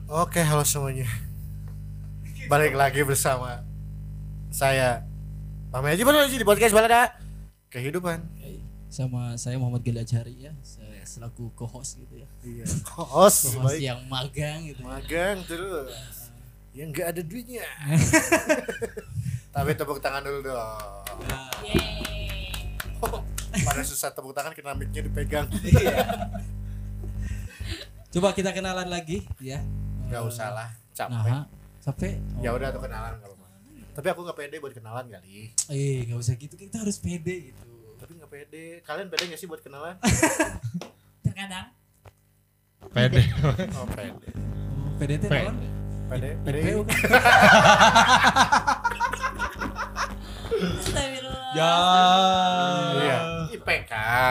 Oke, halo semuanya. Balik lagi bersama saya Pame Haji Baru di podcast Balada Kehidupan. Sama saya Muhammad Gali Ajari ya, saya selaku co-host gitu ya. Iya. Host Co-host baik. yang magang gitu. Magang terus. Yang enggak ada duitnya. Tapi tepuk tangan dulu dong. Pada susah tepuk tangan kena mic-nya dipegang. Coba kita kenalan lagi ya. Enggak usah lah, capek. Nah, capek. Ya udah tuh kenalan enggak apa-apa. Tapi aku enggak pede buat kenalan kali. Enggak usah gitu, kita harus pede gitu. Tapi enggak pede. Kalian pede enggak sih buat kenalan? Terkadang Pede. Oh, pede. Pede teh Pede. naon? Pede. IPU kan? astagfirullah. Ya. Iya. IPK.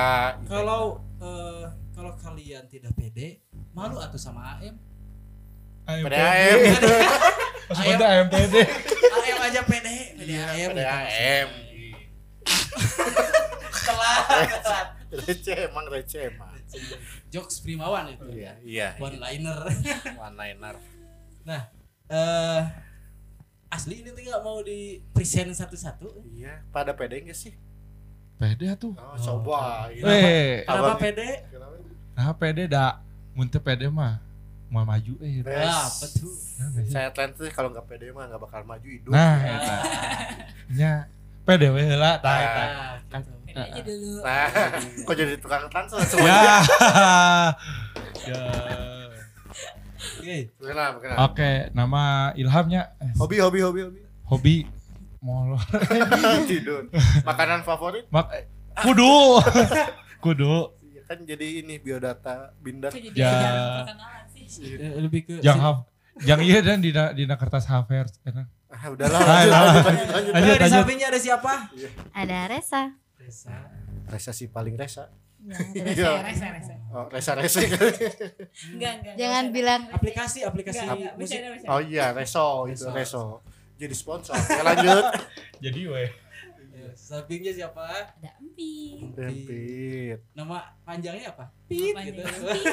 Kalau kalian tidak pede, malu atuh sama AM. PDAM. Maksudnya ayam pede. AM aja pede, pede AM. PDAM. Telat. Receh emang. Jokes Primawan itu. Iya. One liner. One liner. Nah, asli ini tuh nggak mau di present satu-satu. Iya, pada pede enggak sih? Pede tuh. Oh, coba. Kenapa Abang- pede? Kenapa? Nah pede dah. Muntah pede mah mau maju gitu. Ah, betul. Nah, nggak sih? Saya plan tuh kalau nggak pede mah nggak bakal maju hidup. Nah, eta. Nya pede we heula tah eta. Ah, gitu. Pede aja dulu. Nah, kok jadi tukang translate Ya. semuanya? Ya. Oke. Kenapa? Oke, nama Ilhamnya Hobi. hobi molor. Tidur. Makanan favorit? Kudu. Kudu. Iya kan jadi ini biodata bindar. Kok jadi Ya. jarang perkenalan sih? Lebih ke Jang iya dan dina kertas haver enak. Ah, udahlah. Lanjut. Lanjut, di sampingnya ada siapa? Ada Resa. Resa. Resa sih paling resa. Ya, ada Iya. Rese. Oh, resa. Enggak. Jangan bilang Aplikasi Enggak, musik. bercanda. Oh iya, Reso itu Reso. Jadi sponsor. Ya lanjut. Jadi we. Ya, sampingnya siapa? Ada Empi. Empit. Nama panjangnya apa? Pit Nama gitu.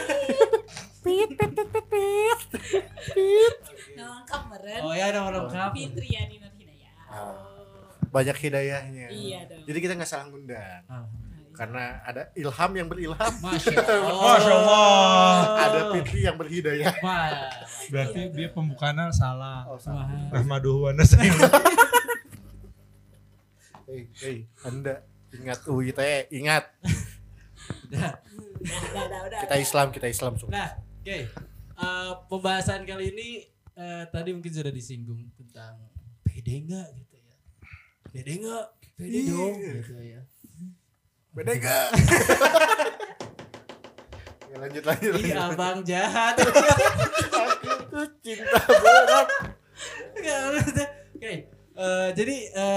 Nama lengkap meren. Oh ya, nama lengkap. Fitriani Nur Hidayah. Banyak hidayahnya. Iya dong. Jadi kita nggak salah ngundang. Ah, Karena ada ilham yang berilham. Masya Allah. Masya Allah. Ada Fitri yang berhidayah. Berarti dia pembukaannya salah. Oh, salah. Rahmaduhu wa nasta'in. Hei, Anda ingat teh, ingat. Udah. Kita Islam semua. Nah, oke. Pembahasan kali ini tadi mungkin sudah disinggung tentang pede enggak gitu ya. Pede enggak? Pede dong gitu ya. Beda gak? Ya, lanjut. Ih, abang jahat. Aku tuh cinta berat. Enggak, maksudnya, oke. Jadi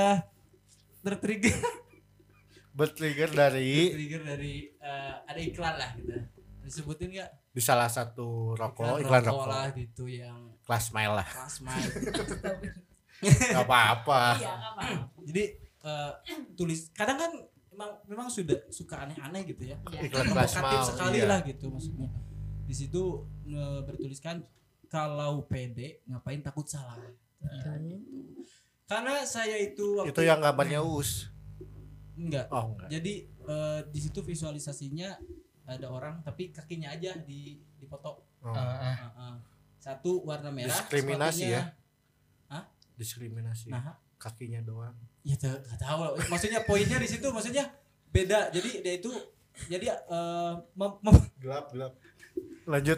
Bertrigger dari dari ada iklan lah gitu. Disebutin enggak? di salah satu iklan rokok lah gitu yang Kelas Smile lah. kelas main. Gak apa-apa. Iya, apa? Jadi tulis kadang kan memang sudah suka aneh-aneh gitu ya. Iklan Kelas Provokatif Smile. sekali Iya. lah gitu maksudnya. Di situ bertuliskan kalau pede ngapain takut salah. Nah, gitu. Karena saya itu Itu yang gambarnya Us. enggak. Oh, enggak. Jadi di situ visualisasinya ada orang tapi kakinya aja dipoto. Oh. Satu warna merah. Diskriminasi sepatunya- ya. Hah? Diskriminasi. Nah, Kakinya doang. ya nggak tahu. Maksudnya poinnya di situ maksudnya beda. Jadi dia itu jadi Gelap. Lanjut.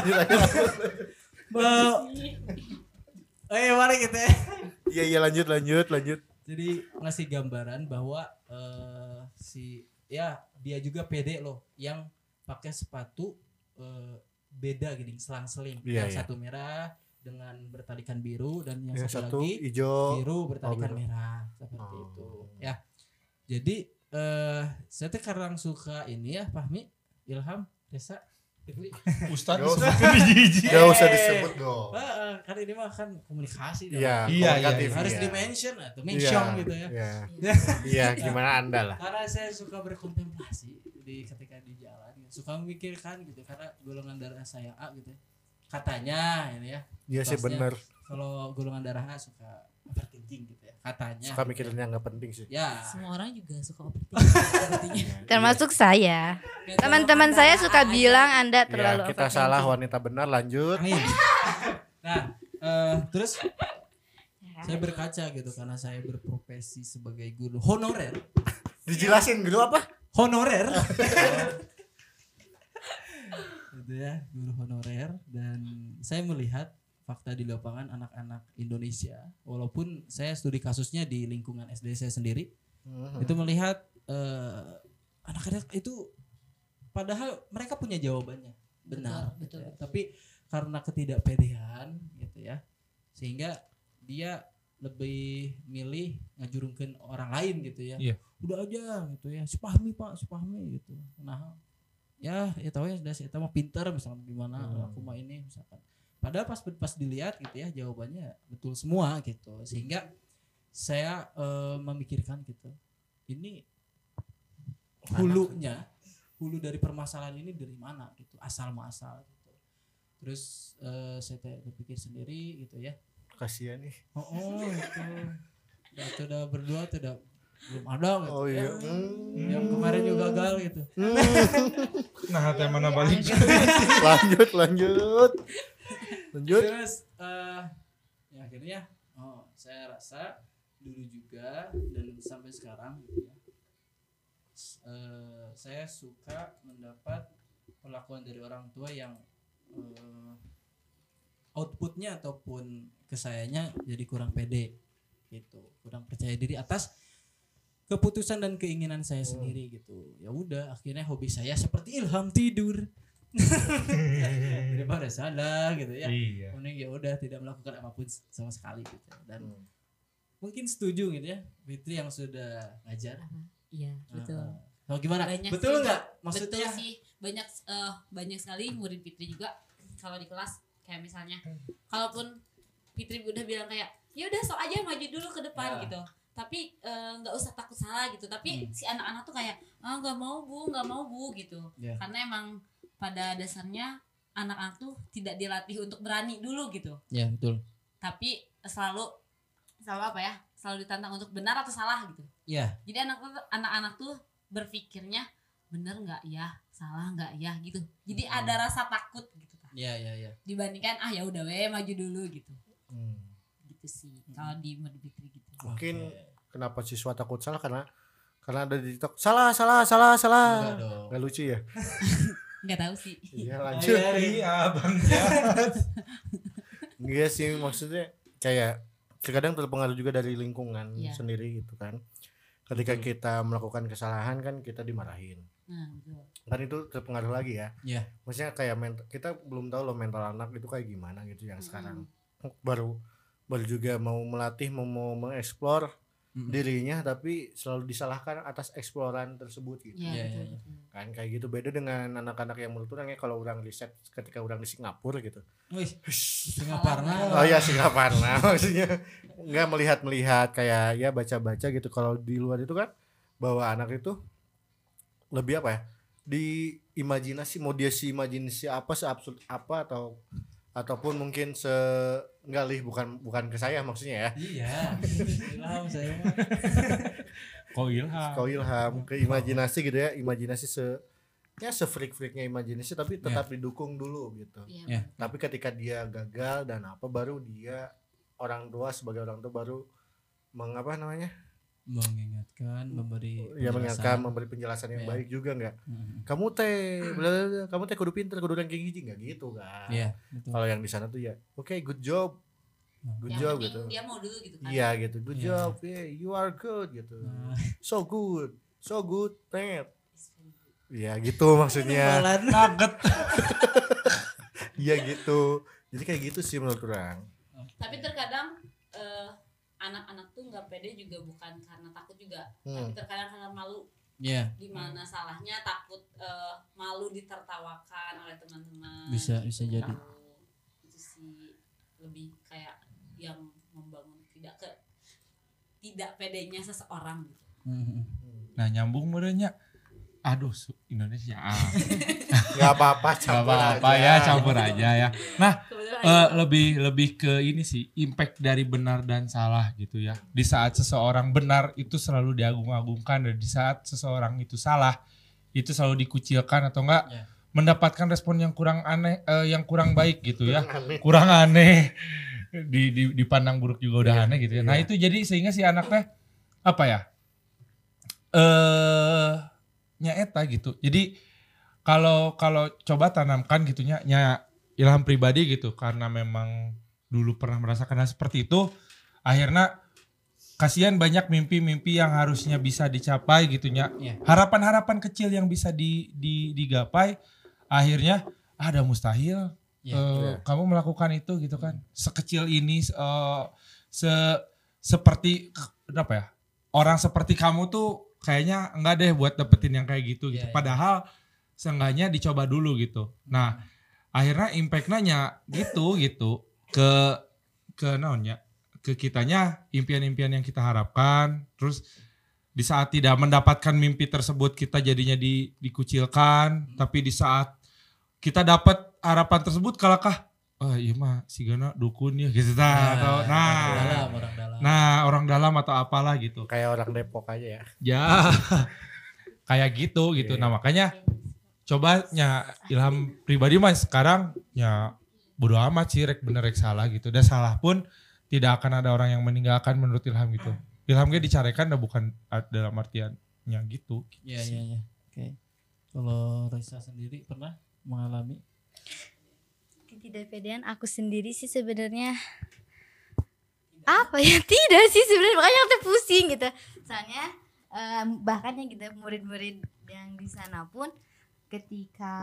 mari kita. Iya lanjut. Jadi ngasih gambaran bahwa dia juga pede loh yang pakai sepatu beda gini selang-seling. Iya, Yang iya. satu merah dengan bertalikan biru dan yang Yang satu satu lagi hijau. biru bertalikan biru. merah seperti Oh. itu. Ya. Jadi saya tuh kadang suka ini ya Fahmi, Ilham, Resa, Fitri. Ustaz Gak usah. sebutin jijik. Gak usah disebut dong. Kan ini mah kan komunikasi dong. Iya, Iya, komunikatif, iya. Harus iya. di-mention atau mention gitu ya. Iya. Iya, gimana Anda lah. Karena saya suka berkontemplasi ketika di jalan, suka memikirkan gitu karena golongan darah saya A gitu. Ya. katanya ini ya. Iya sih Mitosnya, bener. Kalau golongan darah A suka overthinking gitu ya. Katanya. Suka mikirin yang nggak penting sih. Ya. Semua orang juga suka overthinking sepertinya. Termasuk saya. Gak Teman-teman golongan saya darah suka aja. bilang Anda Ya, terlalu kita overthinking. salah, wanita benar, lanjut. Amin. Nah, terus saya berkaca gitu karena saya berprofesi sebagai guru honorer. Dijelasin dulu apa? Honorer. Gitu ya, guru honorer, dan saya melihat fakta di lapangan anak-anak Indonesia, walaupun saya studi kasusnya di lingkungan SD saya sendiri, itu melihat anak-anak itu padahal mereka punya jawabannya benar, Betul, gitu ya. betul. Tapi karena ketidakpedean gitu ya, sehingga dia lebih milih ngajurungkeun orang lain gitu ya. Iya. Udah aja gitu ya, sepahmi Pak, sepahmi gitu. Nah, ya tahu ya sudah saya mah pintar misalkan gimana aku mah ini misalkan. Padahal pas dilihat gitu ya jawabannya betul semua gitu. Sehingga saya memikirkan gitu. Ini hulu dari permasalahan ini dari mana gitu, asal muasal gitu. Terus saya berpikir sendiri gitu ya. Kasihan nih. Oh itu. Udah berdua tidak belum ada gitu. Oh iya. Yang kemarin juga gagal gitu. Nah, teh mana balik? Lanjut. Terus ya akhirnya saya rasa dulu juga dan sampai sekarang gitu ya, saya suka mendapat perlakuan dari orang tua yang outputnya ataupun kesayanya jadi kurang pede gitu, kurang percaya diri atas keputusan dan keinginan saya sendiri gitu. Ya udah akhirnya hobi saya seperti ilham tidur. Daripada salah gitu ya. Iya. Mending ya udah tidak melakukan apapun sama sekali gitu. Dan mungkin setuju gitu ya Fitri yang sudah ngajar. Iya, betul. Oh, gimana? Banyak Betul sih. nggak? Maksudnya Betul sih, banyak sekali murid Fitri juga kalau di kelas kayak misalnya kalaupun Fitri udah bilang kayak ya udah sok aja maju dulu ke depan Ya. gitu. Tapi nggak usah takut salah gitu. Tapi si anak-anak tuh kayak nggak mau bu gitu. Ya. Karena emang pada dasarnya anak-anak tuh tidak dilatih untuk berani dulu gitu. ya betul. Tapi selalu apa ya? Selalu ditantang untuk benar atau salah gitu. Iya. Jadi anak-anak tuh berpikirnya bener nggak ya, salah nggak ya gitu. Jadi ada rasa takut gitu kan. Iya. Dibandingkan ya udah maju dulu gitu. Gitu sih. Kalau di Murid Fitri gitu. Mungkin kenapa siswa takut salah karena ada di TikTok salah. Enggak dong. Gak lucu ya? Nggak tahu sih. Iya lanjut. Iya, Bang Jahat. Iya sih maksudnya kayak terkadang terpengaruh juga dari lingkungan Iya. sendiri gitu kan. Ketika kita melakukan kesalahan kan kita dimarahin. Nah, betul. Kan itu terpengaruh lagi ya. Iya. Maksudnya kayak kita belum tahu loh mental anak itu kayak gimana gitu yang sekarang. Baru juga mau melatih mau mengeksplor dirinya tapi selalu disalahkan atas eksploran tersebut gitu. Iya, Iya, betul, iya. betul. Kan kayak gitu beda dengan anak-anak yang menurut orang ya kalau orang riset ketika orang di Singapura gitu. Wih, Singaparna. Oh ya Singapura maksudnya nggak melihat kayak ya baca-baca gitu. Kalau di luar itu kan bahwa anak itu lebih apa ya di imajinasi mau dia si imajinasi apa seabsurd apa ataupun mungkin ngalih bukan ke saya maksudnya ya Iya. Ilham saya. Kok ilham. ke imajinasi gitu ya imajinasi se-freak-freaknya imajinasi tapi tetap didukung dulu gitu. Iya. Ya. Tapi ketika dia gagal dan apa baru dia sebagai orang tua baru mengapa namanya Mengingatkan, memberi ya mengingatkan penjelasan. memberi penjelasan yang Iya. baik juga nggak Hmm. kamu teh kudu pinter kudu ranking hiji nggak gitu kan. Iya, betul. Kalau yang di sana tuh ya oke good job Yang job penting gitu dia mau dulu gitu kan. iya gitu good Iya. job yeah, you are good gitu Nah. so good Ted ya gitu maksudnya Nugget. iya gitu jadi kayak gitu sih menurut orang. Tapi terkadang anak-anak tuh nggak pede juga bukan karena takut juga, tapi terkadang karena malu. Iya, Di mana salahnya takut malu ditertawakan oleh teman-teman. bisa jadi. Itu sih lebih kayak yang membangun tidak pedenya seseorang gitu. Hmm. Nah, nyambung merenya. Aduh, Indonesia. Nggak apa-apa, Gak campur apa-apa aja. ya, campur aja ya. Nah, Kebetulan lebih ke ini sih, impact dari benar dan salah gitu ya. Di saat seseorang benar itu selalu diagung-agungkan, dan di saat seseorang itu salah itu selalu dikucilkan atau enggak Ya. mendapatkan respon yang kurang aneh, yang kurang baik gitu ya. Aneh. Kurang aneh. Dipandang buruk juga udah aneh gitu ya. Nah, Iya. itu jadi sehingga si anaknya apa ya? Nyaeta gitu. Jadi kalau coba tanamkan gitunya ilham pribadi gitu, karena memang dulu pernah merasakan hal seperti itu, akhirnya kasihan banyak mimpi-mimpi yang harusnya bisa dicapai gitunya. Iya. Harapan-harapan kecil yang bisa digapai akhirnya ada mustahil. Iya. Kamu melakukan itu gitu kan. Sekecil ini seperti apa ya? Orang seperti kamu tuh kayaknya enggak deh buat dapetin yang kayak gitu gitu. Iya, iya. Padahal seenggaknya dicoba dulu gitu. Nah, akhirnya impact-nya gitu ke naonnya, ke kitanya, impian-impian yang kita harapkan. Terus di saat tidak mendapatkan mimpi tersebut kita jadinya dikucilkan, tapi di saat kita dapat harapan tersebut kalahkah, oh iya mah si Gana dukun ya gitu atau orang dalam atau apalah gitu. Kayak orang Depok aja ya. Ya kayak gitu. Nah makanya coba ilham pribadi mah sekarang ya bodo amat sih, rek bener rek salah gitu. Dan salah pun tidak akan ada orang yang meninggalkan menurut ilham gitu. Ilhamnya dicarikan dan bukan dalam artiannya gitu. Iya. Oke. Kalau Reza sendiri pernah mengalami? Ketidakpedean aku sendiri sih sebenarnya apa ya, tidak sih sebenarnya, makanya aku tuh pusing gitu. Soalnya bahkan yang gitu murid-murid yang di sana pun ketika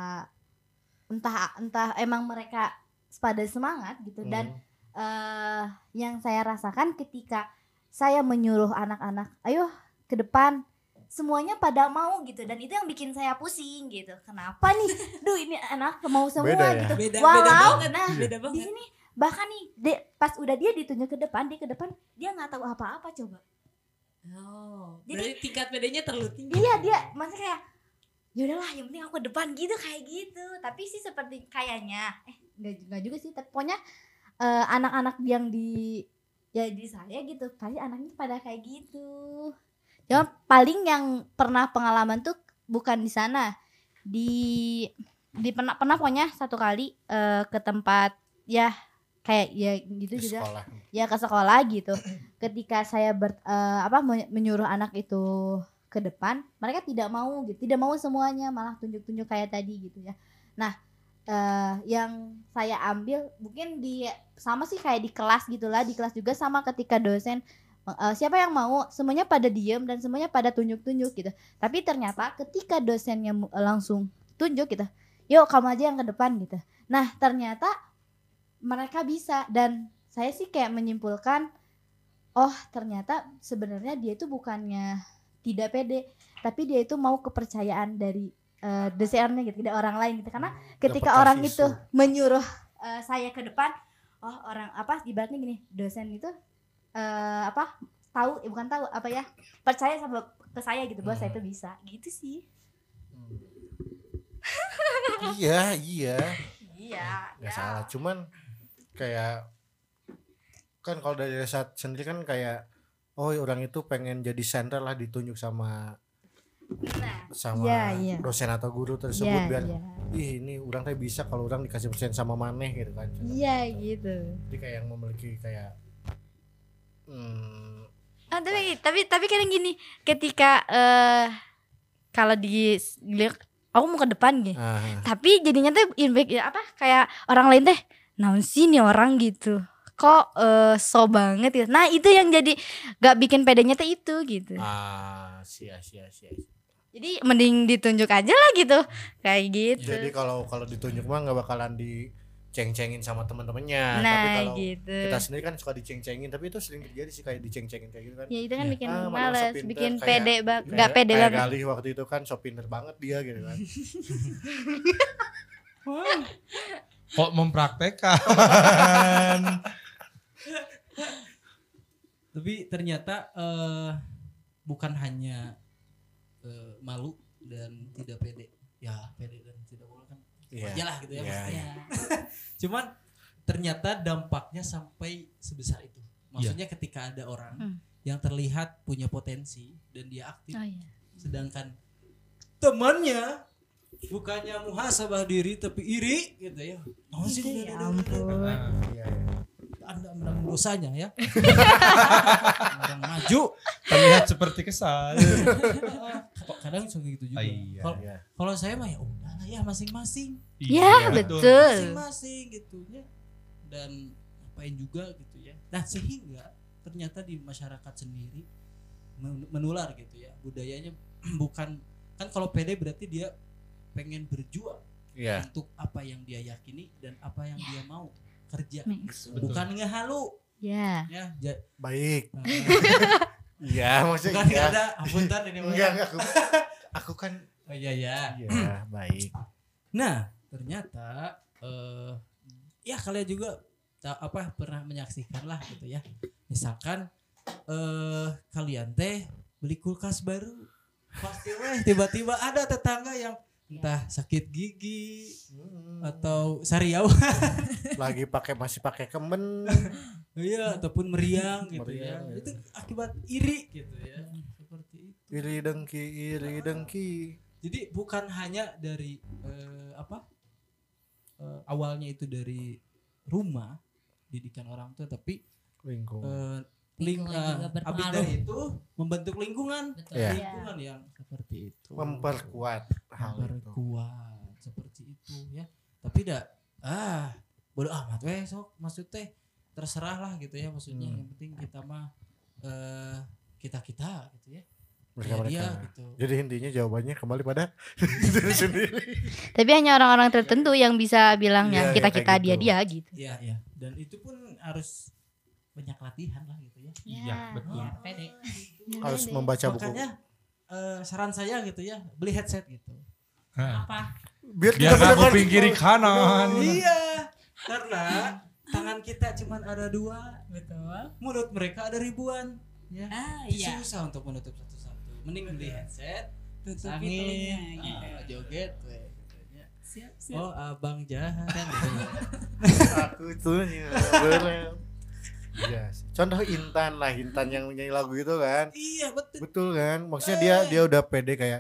entah emang mereka pada semangat gitu, dan yang saya rasakan ketika saya menyuruh anak-anak ayo ke depan, semuanya pada mau gitu, dan itu yang bikin saya pusing gitu. Kenapa nih? Duh, ini anak mau semua Beda ya? gitu. Beda Walau banget. nah Beda di banget. sini bahkan nih pas udah dia ditunjuk ke depan, dia nggak tahu apa-apa coba. Oh, Jadi- berarti tingkat bedanya terlalu tinggi. Iya, dia maksudnya kayak ya udahlah yang penting aku ke depan gitu, kayak gitu. Tapi sih seperti kayaknya enggak juga sih, tapi pokoknya anak-anak yang di saya gitu pasti anaknya pada kayak gitu. Cuma paling yang pernah pengalaman tuh bukan di sana, di pernah pokoknya satu kali ke tempat ya kayak ya gitu Di juga sekolah. ya, ke sekolah gitu. Ketika saya menyuruh anak itu ke depan, mereka tidak mau gitu, tidak mau semuanya, malah tunjuk-tunjuk kayak tadi gitu ya. Nah yang saya ambil mungkin sama sih kayak di kelas gitulah, di kelas juga sama, ketika dosen siapa yang mau, semuanya pada diem dan semuanya pada tunjuk-tunjuk gitu. Tapi ternyata ketika dosennya langsung tunjuk gitu, yuk kamu aja yang ke depan gitu. Nah ternyata mereka bisa, dan saya sih kayak menyimpulkan, oh ternyata sebenarnya dia itu bukannya tidak pede, tapi dia itu mau kepercayaan dari dosennya gitu, tidak orang lain gitu. Karena ketika Dapat orang kasih itu su. menyuruh saya ke depan, oh orang ibaratnya gini, dosen itu bukan tahu apa ya, percaya sama ke saya gitu bahwa saya itu bisa gitu sih. Iya. Iya. Nggak salah, cuman kayak kan kalau dari Resa sendiri kan kayak oh orang itu pengen jadi center lah, ditunjuk sama Iya. dosen atau guru tersebut Iya, biar iya. ih ini orang teh bisa kalau orang dikasih persen sama maneh gitu kan. Iya gitu. Jadi kayak yang memiliki kayak Tapi kadang gini, ketika kalau aku mau ke depan gitu, tapi jadinya tuh impact kayak orang lain teh naon sih nih orang gitu, kok so banget gitu. Nah itu yang jadi gak bikin pedenya tuh itu gitu. sia. Jadi mending ditunjuk aja lah gitu, kayak gitu. Jadi kalau ditunjuk mah nggak bakalan diceng-cengin sama teman-temannya. Tapi Nah kalau gitu. kita sendiri kan suka diceng-cengin, tapi itu sering terjadi sih kayak diceng-cengin kayak gitu kan. Ya itu kan bikin malah males, so pinter, bikin kayak- pede banget, gak pede kayak banget. Galih waktu itu kan so pinter banget dia gitu kan. Kok mempraktekkan? Tapi ternyata bukan hanya malu dan tidak pede. Ya pede dan tidak boleh kan Iya. aja lah gitu ya Iya, maksudnya. Ya. Cuman ternyata dampaknya sampai sebesar itu. Maksudnya ketika ada orang yang terlihat punya potensi dan dia aktif, Oh iya. sedangkan temannya bukannya muhasabah diri tapi iri gitu ya. Oh sih Ya ampun. Iya. Anda menanggung dosanya ya. Orang maju. Terlihat seperti kesal. Kadang suka gitu juga. Iya, Kalau iya. kalau saya mah ya udah lah ya masing-masing. Ya betul. Masing-masing gitu ya. Dan ngapain juga gitu ya. Nah sehingga ternyata di masyarakat sendiri menular gitu ya. Budayanya bukan kan kalau pede berarti dia pengen berjuang Iya. untuk apa yang dia yakini dan apa yang dia mau kerja. Mix. Gitu. Bukan ngehalu Ya. ya. Baik. Iya, maksudnya Bukan iya. ada apunten ini mah. Enggak aku kan Oh iya ya. iya, baik. Nah, ternyata ya kalian juga pernah menyaksikan lah gitu ya. Misalkan kalian teh beli kulkas baru, pasti tiba-tiba ada tetangga yang entah sakit gigi atau sariawan, Lagi masih pakai kemen. iya ataupun meriang gitu ya. Meriang, ya. Itu akibat iri gitu ya. Seperti itu. Iri dengki. Jadi bukan hanya dari awalnya itu dari rumah didikan orang tua, tapi Lingkungan. Lingkungan juga berpengaruh. abis dari itu membentuk lingkungan, Betul. Iya. lingkungan yang seperti itu, Memperkuat hal itu. memperkuat seperti itu ya. Tapi bodo amat weh sok, maksud teh terserah lah gitu ya maksudnya. Yang penting kita mah kita gitu ya. Mereka Dia gitu. Jadi intinya jawabannya kembali pada diri sendiri. Tapi hanya orang-orang tertentu yang bisa bilangnya Iya, kita kayak gitu. dia gitu. Iya ya. Dan itu pun harus banyak latihan lah gitu ya. Iya, betul. Ya, pede. Harus membaca buku. Makanya saran saya gitu ya, beli headset gitu. Hah. Apa? Biar Biar kita nggak kuping kiri kanan. Iya, karena tangan kita cuma ada 2, Betul. mulut mereka ada ribuan. Ya. Iya. Susah untuk menutup satu-satu. Mending beli headset, tutup Tutupi angin, telinganya, gitu. joget, weh, gitu ya. Siap. Oh abang jahat kan gitu. Aku tuh bener. Iya sih. Contoh Intan yang nyanyi lagu itu kan. Iya betul. Betul kan? Maksudnya dia udah pede kayak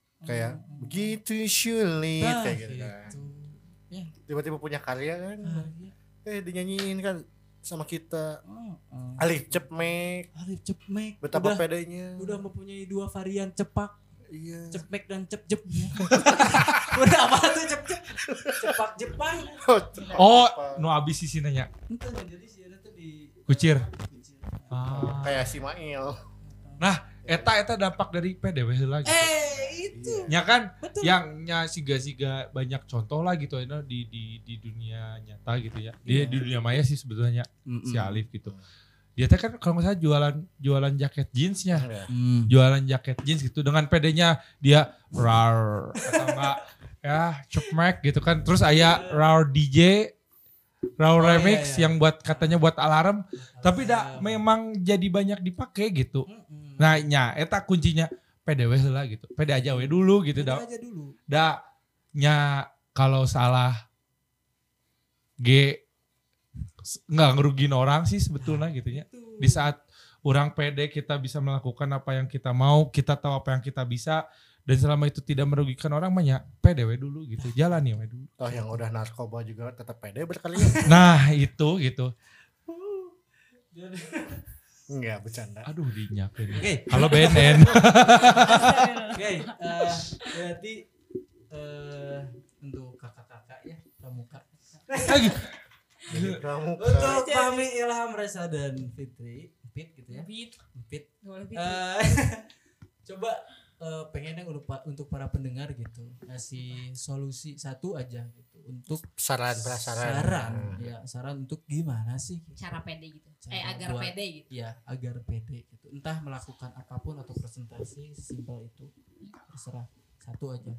begitu sulit Nah, kayak gitu kan. gitu. Ya. Tiba-tiba punya karya kan. Iya. Dinyanyiin kan sama kita. Oh. Alif Cepmek. Arif Cepmek. Betapa udah, pedenya. udah mempunyai 2 varian cepak. Iya. Cepmek dan cep-jep. Udah apa tuh cep-jep? Cepak Jepang. Oh, nu abis sih nanya. Itu jadi sih ada tuh di Kucir. Kucir. Ah. Kayak si Mail. Nah, eta dampak dari PDW heula gitu. Itu. Ya kan, Betul. yang siga banyak contoh lah gitu ya di dunia nyata gitu ya. Di dunia maya sih sebetulnya si Alif gitu. Dia teh kan kalau nggak salah jualan jaket jeansnya. Jualan jaket jeans gitu dengan pedenya dia rar atau enggak ya Cepmek gitu kan. Terus aya rar DJ Raw remix iya. yang katanya buat alarm, tapi memang jadi banyak dipakai gitu. Nah, eta kuncinya pede we heula gitu. Pede aja we dulu gitu Pede aja dulu. Kalau salah nggak ngerugiin orang sih sebetulnya gitu ya. Di saat orang pede kita bisa melakukan apa yang kita mau, kita tahu apa yang kita bisa, dan selama itu tidak merugikan orang banyak pede we dulu gitu, jalani we dulu. Toh yang udah narkoba juga tetap pede berkali ya. Nah itu gitu. Enggak bercanda. Aduh dinyapin. Oke. Halo BNN. Oke, berarti untuk kakak-kakak ya, pramuka. Kamu Untuk Fahmi, Ilham, Reza dan Fitri, Fit gitu ya. Fit. Coba pengennya untuk para pendengar gitu ngasih solusi satu aja gitu untuk saran saran untuk gimana sih Cara pede gitu. Cara Agar buat- pede gitu. ya agar pede gitu, entah melakukan apapun atau presentasi simpel itu terserah satu aja,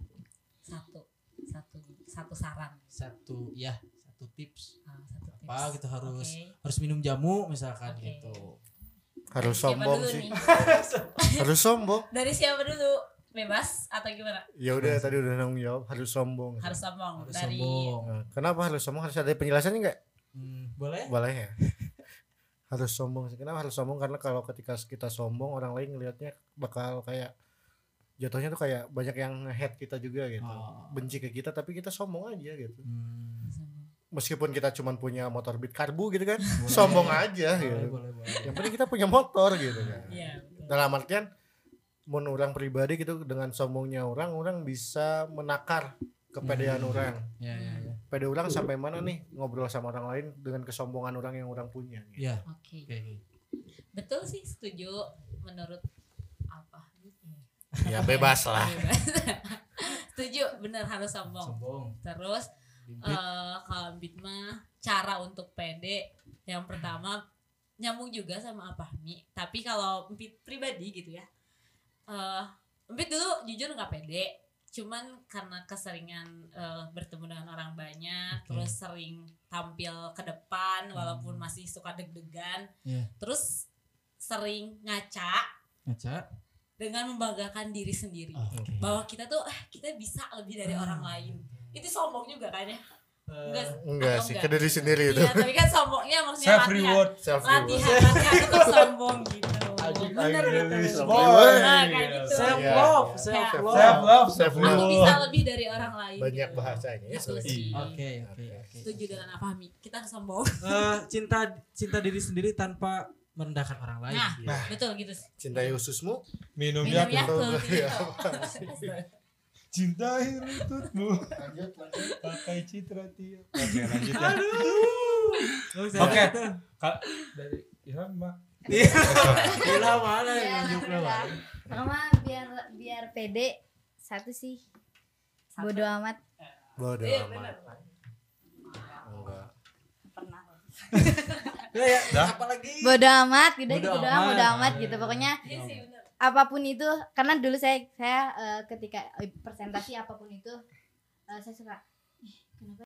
Satu saran. satu tips Satu tips. apa gitu, Oke. harus minum jamu misalkan Oke. gitu. harus Siapa sombong dulu sih. nih? Harus sombong. Dari siapa dulu? bebas atau gimana? Ya udah tadi udah nanggung jawab harus sombong. Harus sombong Harus dari sombong. Nah, kenapa harus sombong? Harus ada penjelasannya enggak? Boleh? Boleh ya. Harus sombong sih. Kenapa harus sombong? Karena kalau ketika kita sombong orang lain ngelihatnya bakal kayak jatuhnya tuh kayak banyak yang hate kita juga gitu. Oh. Benci ke kita tapi kita sombong aja gitu. Hmm. Meskipun kita cuman punya motor beat karbu gitu kan, sombong aja gitu. Boleh. Yang penting kita punya motor gitu kan. Iya, betul. Dalam artian mun orang pribadi gitu dengan sombongnya orang bisa menakar kepedean orang. Ya. Pede orang sampai mana nih ngobrol sama orang lain dengan kesombongan orang yang orang punya gitu. Ya. Oke. Oke. Betul sih, setuju menurut apa? Ya bebas lah. Setuju, bener harus sombong. Sombong. Terus kalau Mbit mah cara untuk pede yang pertama nyambung juga sama apa Mi. Tapi kalau Mbit pribadi gitu ya, Mbit dulu jujur nggak pede. Cuman karena keseringan bertemu dengan orang banyak, terus sering tampil ke depan walaupun masih suka deg-degan, terus sering ngaca dengan membanggakan diri sendiri Oke. bahwa kita tuh kita bisa lebih dari orang lain. Itu sombong juga kan ya? Enggak sih, ke diri sendiri itu. Iya, tapi kan sombongnya maksudnya Self reward. latihan itu sombong gitu. Bener gitu. Nah, kayak gitu. Self Iya. love, Iya. self Self love. love. Self Aku love. bisa lebih dari orang lain. Banyak gitu. bahasanya ya Itu soalnya. sih. Oke. Setuju dengan apa Mi? Kita sombong. Cinta diri sendiri tanpa merendahkan orang lain. Nah, Gitu. betul gitu. Cintai ususmu. Minum Minum Yakult. Yakult. Cintai lututmu. Lanjut. Pakai citra tiap. Oke, lanjut ya. Oke. Dari Ilham, Mbak. Gila mana Ya, yang nunjuk lo, Pak? Sama biar pede satu sih. Bodo amat. Bodoh Iya, amat. benar. Enggak. Pernah. Ya, Dah. apalagi? Bodo amat, udah Bodo gitu doang, amat. bodo amat gitu. Pokoknya Iya sih benar. apapun itu, karena dulu saya ketika presentasi apapun itu saya suka kenapa